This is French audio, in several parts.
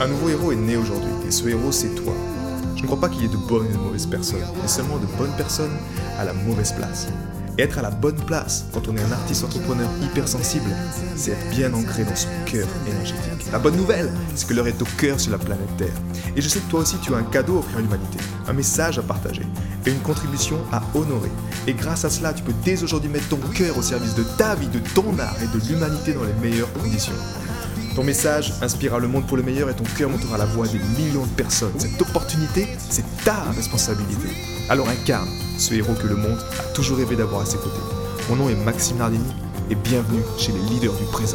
Un nouveau héros est né aujourd'hui, et ce héros, c'est toi. Je ne crois pas qu'il y ait de bonnes et de mauvaises personnes, mais seulement de bonnes personnes à la mauvaise place. Et être à la bonne place, quand on est un artiste entrepreneur hypersensible, c'est être bien ancré dans son cœur énergétique. La bonne nouvelle, c'est que l'heure est au cœur sur la planète Terre. Et je sais que toi aussi, tu as un cadeau à offrir à l'humanité, un message à partager, et une contribution à honorer. Et grâce à cela, tu peux dès aujourd'hui mettre ton cœur au service de ta vie, de ton art et de l'humanité dans les meilleures conditions. Ton message inspirera le monde pour le meilleur et ton cœur montera la voix des millions de personnes. Cette opportunité, c'est ta responsabilité. Alors incarne ce héros que le monde a toujours rêvé d'avoir à ses côtés. Mon nom est Maxime Nardini et bienvenue chez les leaders du présent.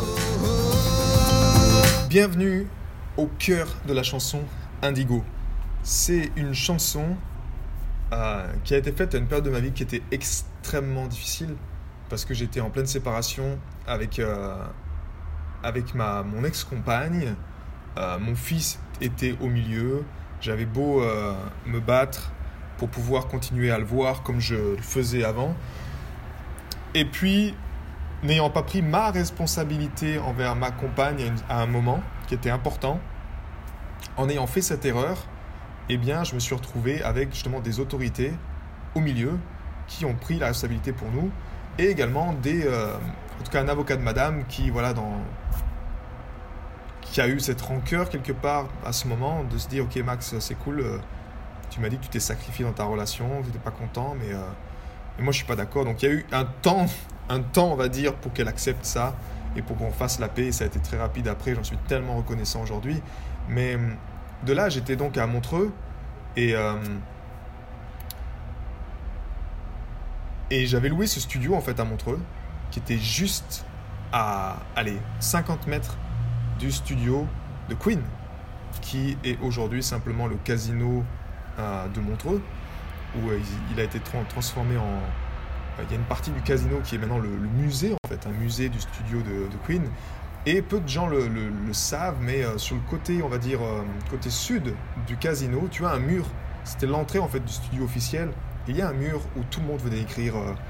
Bienvenue au cœur de la chanson Indigo. C'est une chanson qui a été faite à une période de ma vie qui était extrêmement difficile parce que j'étais en pleine séparation avec mon ex-compagne. Mon fils était au milieu. J'avais beau me battre pour pouvoir continuer à le voir comme je le faisais avant. Et puis, n'ayant pas pris ma responsabilité envers ma compagne à un moment qui était important, en ayant fait cette erreur, eh bien, je me suis retrouvé avec justement des autorités au milieu qui ont pris la responsabilité pour nous et également en tout cas un avocat de madame qui a eu cette rancœur quelque part à ce moment de se dire ok Max, c'est cool, tu m'as dit que tu t'es sacrifié dans ta relation, tu n'étais pas content, mais moi je suis pas d'accord. Donc il y a eu un temps on va dire pour qu'elle accepte ça et pour qu'on fasse la paix. Ça a été très rapide après, j'en suis tellement reconnaissant aujourd'hui. Mais de là j'étais donc à Montreux et j'avais loué ce studio en fait à Montreux qui était juste à 50 mètres du studio de Queen, qui est aujourd'hui simplement le casino de Montreux, où il a été transformé en... Il y a une partie du casino qui est maintenant le musée, en fait, un musée du studio de Queen. Et peu de gens le savent, mais sur le côté, on va dire, côté sud du casino, tu as un mur. C'était l'entrée, en fait, du studio officiel. Et il y a un mur où tout le monde venait écrire,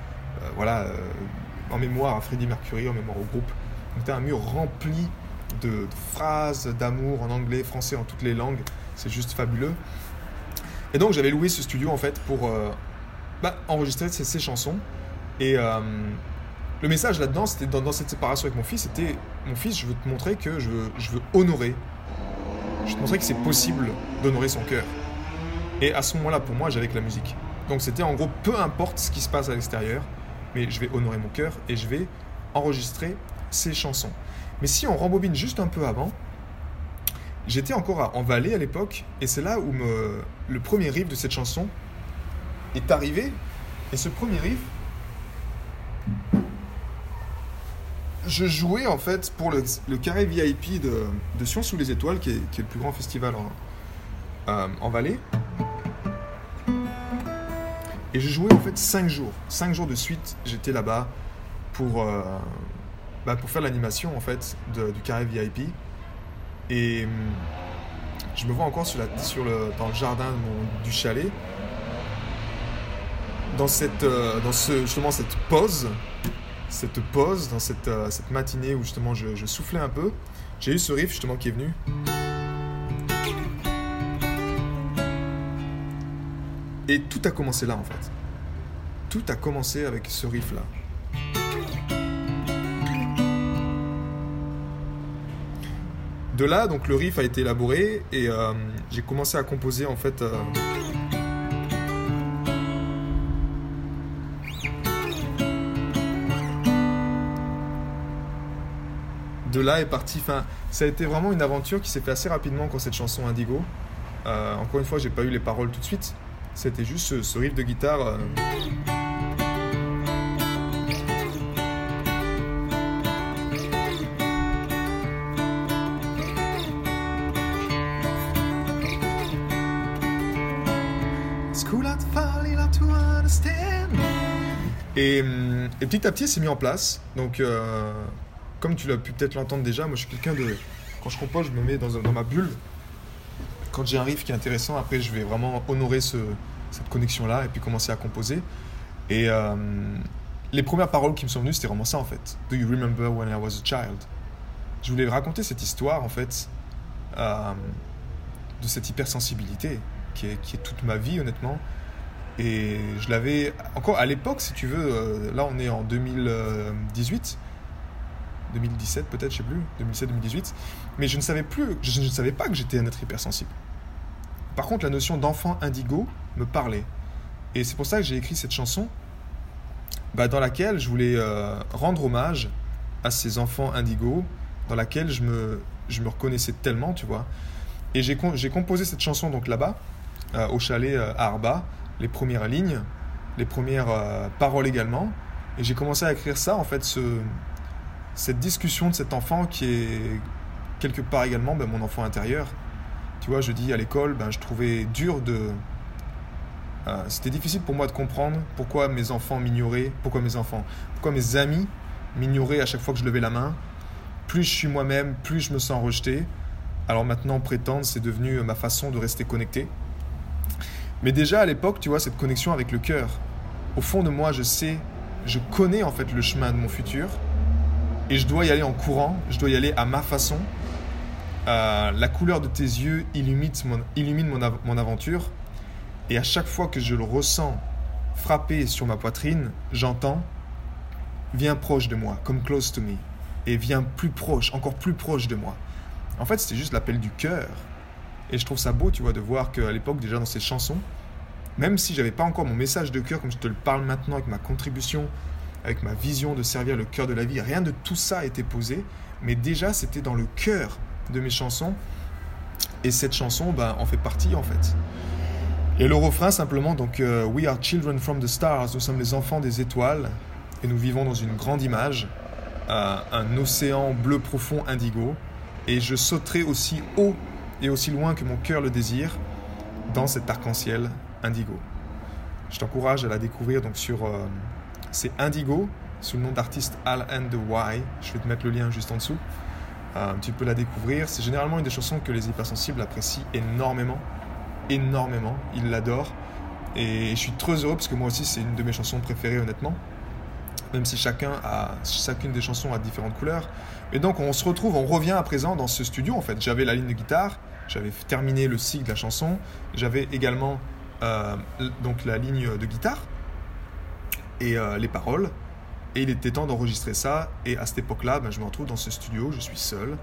en mémoire à Freddie Mercury, en mémoire au groupe. Donc, tu as un mur rempli de phrases d'amour en anglais, français, en toutes les langues. C'est juste fabuleux. Et donc j'avais loué ce studio en fait pour enregistrer ces chansons. Et le message là-dedans, c'était dans cette séparation avec mon fils, c'était mon fils, je veux te montrer que je veux honorer. Je veux te montrer que c'est possible d'honorer son cœur. Et à ce moment-là, pour moi, j'avais que la musique. Donc c'était en gros, peu importe ce qui se passe à l'extérieur, mais je vais honorer mon cœur et je vais enregistrer ces chansons. Mais si on rembobine juste un peu avant, j'étais encore en Valais à l'époque, et c'est là où le premier riff de cette chanson est arrivé. Et ce premier riff, je jouais en fait pour le carré VIP de Sion sous les étoiles, qui est le plus grand festival en Valais. Et je jouais en fait 5 jours. 5 jours de suite, j'étais là-bas pour faire l'animation en fait du carré VIP. Et je me vois encore dans le jardin du chalet, dans cette pause, dans cette matinée où justement je soufflais un peu. J'ai eu ce riff justement qui est venu. Et tout a commencé là en fait. Tout a commencé avec ce riff là. De là, donc le riff a été élaboré et j'ai commencé à composer en fait. De là est parti. Ça a été vraiment une aventure qui s'est fait assez rapidement quand cette chanson Indigo. Encore une fois, j'ai pas eu les paroles tout de suite. C'était juste ce riff de guitare. Et petit à petit, c'est mis en place. Donc, comme tu l'as pu peut-être l'entendre déjà, moi, je suis quelqu'un de... Quand je compose, je me mets dans ma bulle. Quand j'ai un riff qui est intéressant, après, je vais vraiment honorer cette connexion-là et puis commencer à composer. Et les premières paroles qui me sont venues, c'était vraiment ça, en fait. Do you remember when I was a child? Je voulais raconter cette histoire, en fait, de cette hypersensibilité qui est toute ma vie, honnêtement. Et je l'avais encore à l'époque, si tu veux. Là, on est en 2018, 2017 peut-être, je sais plus, 2017-2018. Mais je ne savais pas que j'étais un être hypersensible. Par contre, la notion d'enfant indigo me parlait. Et c'est pour ça que j'ai écrit cette chanson, dans laquelle je voulais rendre hommage à ces enfants indigos, dans laquelle je me reconnaissais tellement, tu vois. Et j'ai composé cette chanson donc là-bas, au chalet à Arba, les premières lignes, les premières paroles également. Et j'ai commencé à écrire ça, en fait, cette discussion de cet enfant qui est quelque part également mon enfant intérieur. Tu vois, je dis à l'école, je trouvais dur c'était difficile pour moi de comprendre pourquoi mes enfants m'ignoraient, pourquoi mes amis m'ignoraient à chaque fois que je levais la main. Plus je suis moi-même, plus je me sens rejeté. Alors maintenant, prétendre, c'est devenu ma façon de rester connecté. Mais déjà à l'époque, tu vois, cette connexion avec le cœur. Au fond de moi, je connais en fait le chemin de mon futur. Et je dois y aller en courant, je dois y aller à ma façon. La couleur de tes yeux illumine mon aventure. Et à chaque fois que je le ressens frapper sur ma poitrine, j'entends « Viens proche de moi, come close to me » et viens plus proche, encore plus proche de moi. En fait, c'était juste l'appel du cœur. Et je trouve ça beau, tu vois, de voir qu'à l'époque, déjà dans ces chansons, même si j'avais pas encore mon message de cœur, comme je te le parle maintenant, avec ma contribution, avec ma vision de servir le cœur de la vie, rien de tout ça était posé, mais déjà, c'était dans le cœur de mes chansons. Et cette chanson, en fait partie, en fait. Et le refrain, simplement, donc « We are children from the stars », nous sommes les enfants des étoiles, et nous vivons dans une grande image, un océan bleu profond indigo, et je sauterai aussi haut et aussi loin que mon cœur le désire, dans cet arc-en-ciel indigo. Je t'encourage à la découvrir, donc c'est Indigo, sous le nom d'artiste Al and the Y, je vais te mettre le lien juste en dessous, tu peux la découvrir, c'est généralement une des chansons que les hypersensibles apprécient énormément, ils l'adorent, et je suis très heureux parce que moi aussi c'est une de mes chansons préférées honnêtement, même si chacune des chansons a différentes couleurs. Et donc on revient à présent dans ce studio en fait. J'avais la ligne de guitare, j'avais terminé le cycle de la chanson, j'avais également donc la ligne de guitare et les paroles, et il était temps d'enregistrer ça. Et à cette époque-là, je me retrouve dans ce studio, je suis seul,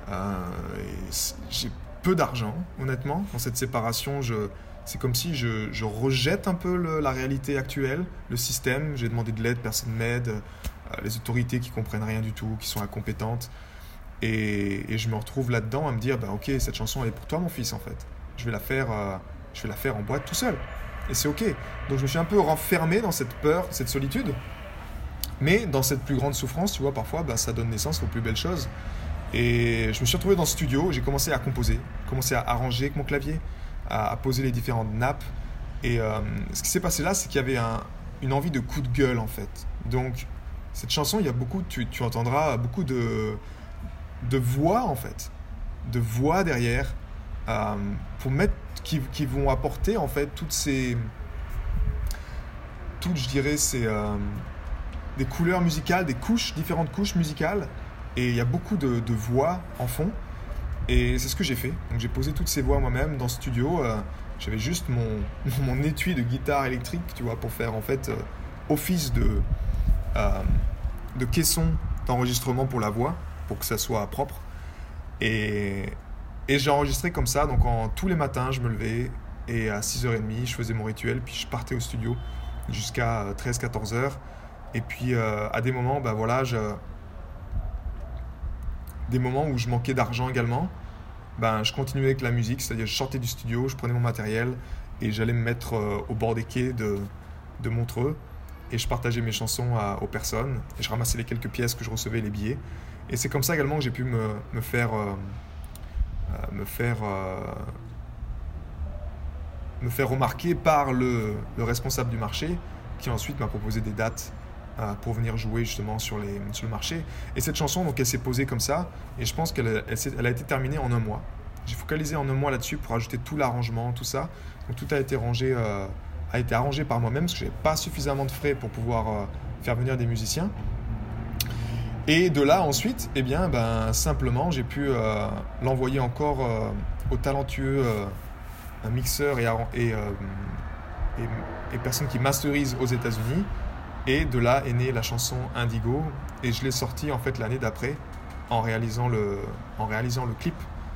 et j'ai peu d'argent, honnêtement. Dans cette séparation, c'est comme si je rejette un peu la réalité actuelle, le système. J'ai demandé de l'aide, personne ne m'aide, les autorités qui comprennent rien du tout, qui sont incompétentes. Et je me retrouve là-dedans à me dire, ok, cette chanson elle est pour toi mon fils en fait. Je vais la faire en boîte tout seul. Et c'est ok. Donc je me suis un peu renfermé dans cette peur, cette solitude. Mais dans cette plus grande souffrance, tu vois, parfois, ça donne naissance aux plus belles choses. Et je me suis retrouvé dans ce studio, j'ai commencé à composer, commencé à arranger avec mon clavier, à poser les différentes nappes. Et ce qui s'est passé là, c'est qu'il y avait une envie de coup de gueule en fait. Donc cette chanson, il y a beaucoup, tu entendras beaucoup de voix en fait, de voix derrière, pour mettre, qui vont apporter en fait des couleurs musicales, différentes couches musicales. Et il y a beaucoup de voix en fond. Et c'est ce que j'ai fait. Donc j'ai posé toutes ces voix moi-même dans ce studio. J'avais juste mon étui de guitare électrique, tu vois, pour faire en fait office de caisson d'enregistrement pour la voix, pour que ça soit propre. Et j'ai enregistré comme ça. Donc tous les matins, je me levais et à 6h30, je faisais mon rituel. Puis je partais au studio jusqu'à 13-14h. Et puis à des moments, des moments où je manquais d'argent également, je continuais avec la musique, c'est-à-dire je sortais du studio, je prenais mon matériel et j'allais me mettre au bord des quais de Montreux et je partageais mes chansons aux personnes et je ramassais les quelques pièces que je recevais, les billets. Et c'est comme ça également que j'ai pu me faire remarquer par le responsable du marché qui ensuite m'a proposé des dates pour venir jouer justement sur le marché. Et cette chanson, donc, elle s'est posée comme ça, et je pense qu'elle a été terminée en 1 mois. J'ai focalisé en 1 mois là-dessus pour ajouter tout l'arrangement, tout ça. Donc tout a été arrangé par moi-même, parce que je n'avais pas suffisamment de frais pour pouvoir faire venir des musiciens. Et de là ensuite, eh bien, simplement, j'ai pu l'envoyer encore au talentueux mixeur et personne qui masterise aux États-Unis. Et de là est née la chanson Indigo. Et je l'ai sortie en fait l'année d'après en réalisant le clip.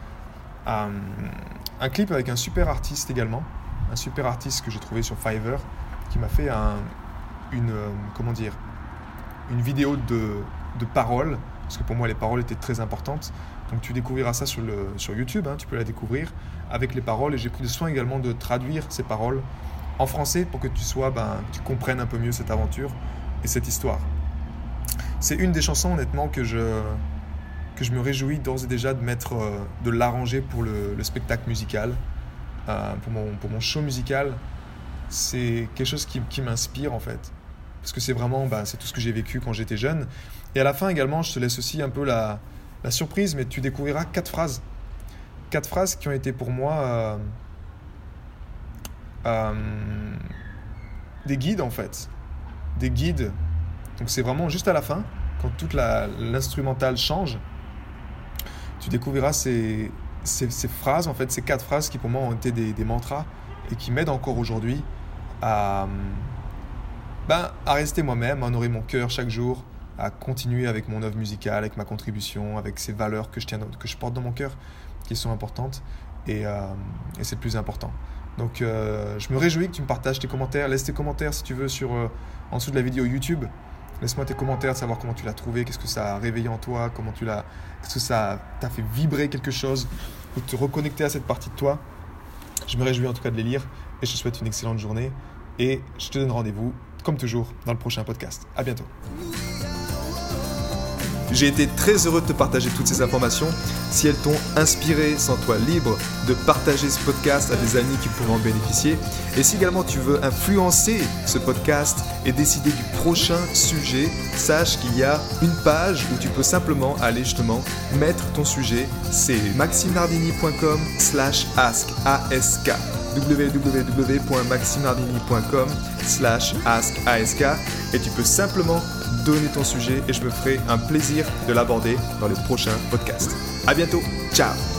Un clip avec un super artiste également. Un super artiste que j'ai trouvé sur Fiverr qui m'a fait une vidéo de paroles, parce que pour moi les paroles étaient très importantes. Donc tu découvriras ça sur YouTube, tu peux la découvrir avec les paroles, et j'ai pris le soin également de traduire ces paroles en français pour que tu comprennes un peu mieux cette aventure et cette histoire. C'est une des chansons honnêtement que je me réjouis d'ores et déjà de l'arranger pour le spectacle musical, pour mon show musical. C'est quelque chose qui m'inspire en fait, parce que c'est vraiment c'est tout ce que j'ai vécu quand j'étais jeune. Et à la fin également, je te laisse aussi un peu la surprise, mais tu découvriras 4 phrases qui ont été pour moi des guides en fait, des guides. Donc c'est vraiment juste à la fin, quand toute l'instrumentale change, tu découvriras ces phrases en fait, ces 4 phrases qui pour moi ont été des mantras et qui m'aident encore aujourd'hui à rester moi-même, à honorer mon cœur chaque jour, à continuer avec mon œuvre musicale, avec ma contribution, avec ces valeurs que je porte dans mon cœur, qui sont importantes, et c'est le plus important. Donc je me réjouis que tu me partages tes commentaires. Laisse tes commentaires si tu veux en dessous de la vidéo YouTube. Laisse-moi tes commentaires, savoir comment tu l'as trouvé, qu'est-ce que ça a réveillé en toi, qu'est-ce que ça t'a fait vibrer quelque chose, ou te reconnecter à cette partie de toi. Je me réjouis en tout cas de les lire, et je te souhaite une excellente journée, et je te donne rendez-vous comme toujours dans le prochain podcast. À bientôt. J'ai été très heureux de te partager toutes ces informations. Si elles t'ont inspiré, sens-toi libre de partager ce podcast à des amis qui pourront en bénéficier. Et si également tu veux influencer ce podcast et décider du prochain sujet, sache qu'il y a une page où tu peux simplement aller justement mettre ton sujet. C'est maximardini.com/ask www.maximardini.com/ask et tu peux simplement donner ton sujet et je me ferai un plaisir de l'aborder dans les prochains podcasts. À bientôt, ciao.